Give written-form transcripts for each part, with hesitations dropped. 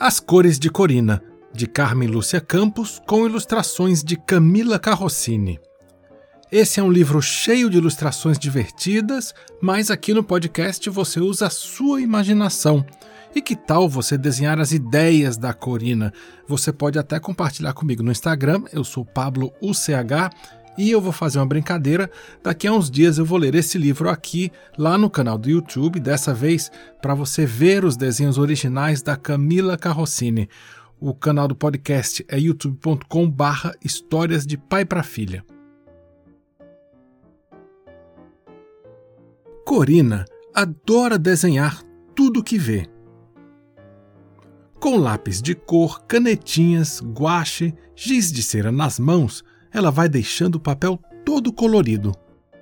As Cores de Corina, de Carmen Lúcia Campos, com ilustrações de Camila Carrossini. Esse é um livro cheio de ilustrações divertidas, mas aqui no podcast você usa a sua imaginação. E que tal você desenhar as ideias da Corina? Você pode até compartilhar comigo no Instagram, eu sou Pablo UCH, e eu vou fazer uma brincadeira. Daqui a uns dias eu vou ler esse livro aqui, lá no canal do YouTube, dessa vez para você ver os desenhos originais da Camila Carrossini. O canal do podcast é youtube.com/histórias de pai para filha. Corina adora desenhar tudo que vê. Com lápis de cor, canetinhas, guache, giz de cera nas mãos, ela vai deixando o papel todo colorido.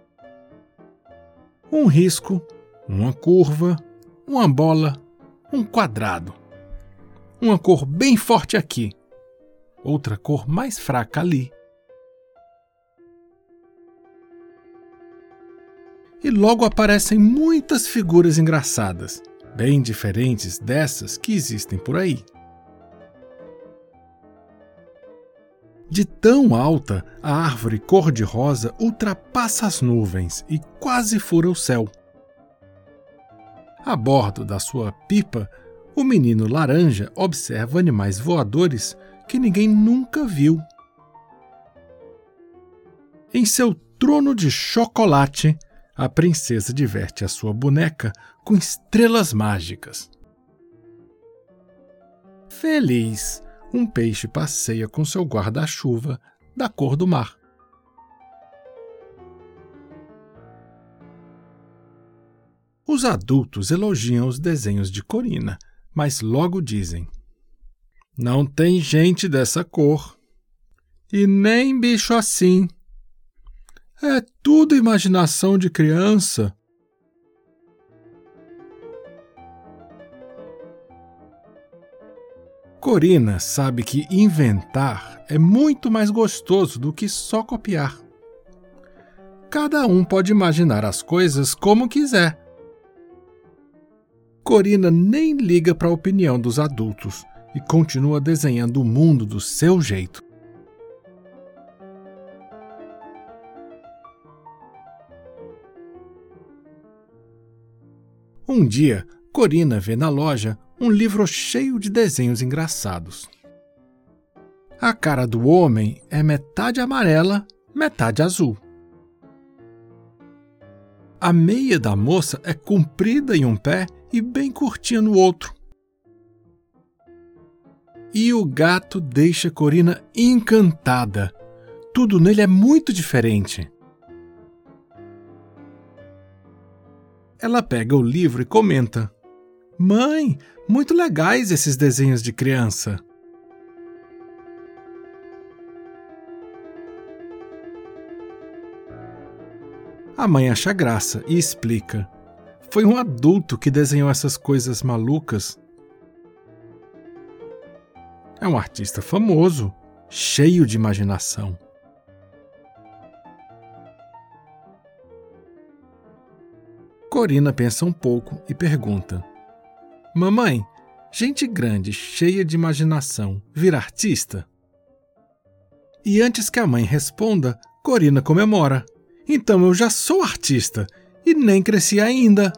Um risco, uma curva, uma bola, um quadrado. Uma cor bem forte aqui, outra cor mais fraca ali. E logo aparecem muitas figuras engraçadas, bem diferentes dessas que existem por aí. De tão alta, a árvore cor-de-rosa ultrapassa as nuvens e quase fura o céu. A bordo da sua pipa, o menino laranja observa animais voadores que ninguém nunca viu. Em seu trono de chocolate, a princesa diverte a sua boneca com estrelas mágicas. Feliz, um peixe passeia com seu guarda-chuva da cor do mar. Os adultos elogiam os desenhos de Corina, mas logo dizem: não tem gente dessa cor. E nem bicho assim. É tudo imaginação de criança. Corina sabe que inventar é muito mais gostoso do que só copiar. Cada um pode imaginar as coisas como quiser. Corina nem liga para a opinião dos adultos e continua desenhando o mundo do seu jeito. Um dia, Corina vê na loja um livro cheio de desenhos engraçados. A cara do homem é metade amarela, metade azul. A meia da moça é comprida em um pé e bem curtinha no outro. E o gato deixa Corina encantada. Tudo nele é muito diferente. Ela pega o livro e comenta: mãe, muito legais esses desenhos de criança. A mãe acha graça e explica: foi um adulto que desenhou essas coisas malucas. É um artista famoso, cheio de imaginação. Corina pensa um pouco e pergunta: mamãe, gente grande, cheia de imaginação, vira artista? E antes que a mãe responda, Corina comemora: então eu já sou artista e nem cresci ainda.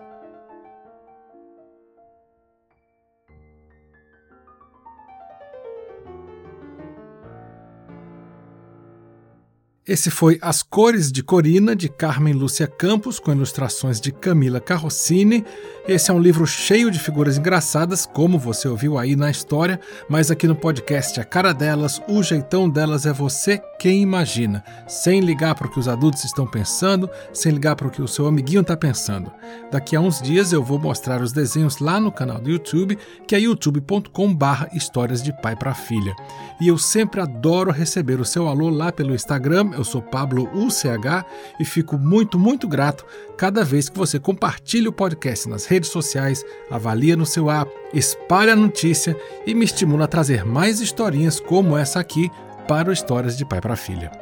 Esse foi As Cores de Corina, de Carmen Lúcia Campos, com ilustrações de Camila Carrossini. Esse é um livro cheio de figuras engraçadas, como você ouviu aí na história, mas aqui no podcast a cara delas, o jeitão delas é você quem imagina, sem ligar para o que os adultos estão pensando, sem ligar para o que o seu amiguinho está pensando. Daqui a uns dias eu vou mostrar os desenhos lá no canal do YouTube, que é youtube.com/histórias de pai para filha. E eu sempre adoro receber o seu alô lá pelo Instagram. Eu sou Pablo UCH e fico muito, muito grato cada vez que você compartilha o podcast nas redes sociais, avalia no seu app, espalha a notícia e me estimula a trazer mais historinhas como essa aqui para o Histórias de Pai para Filha.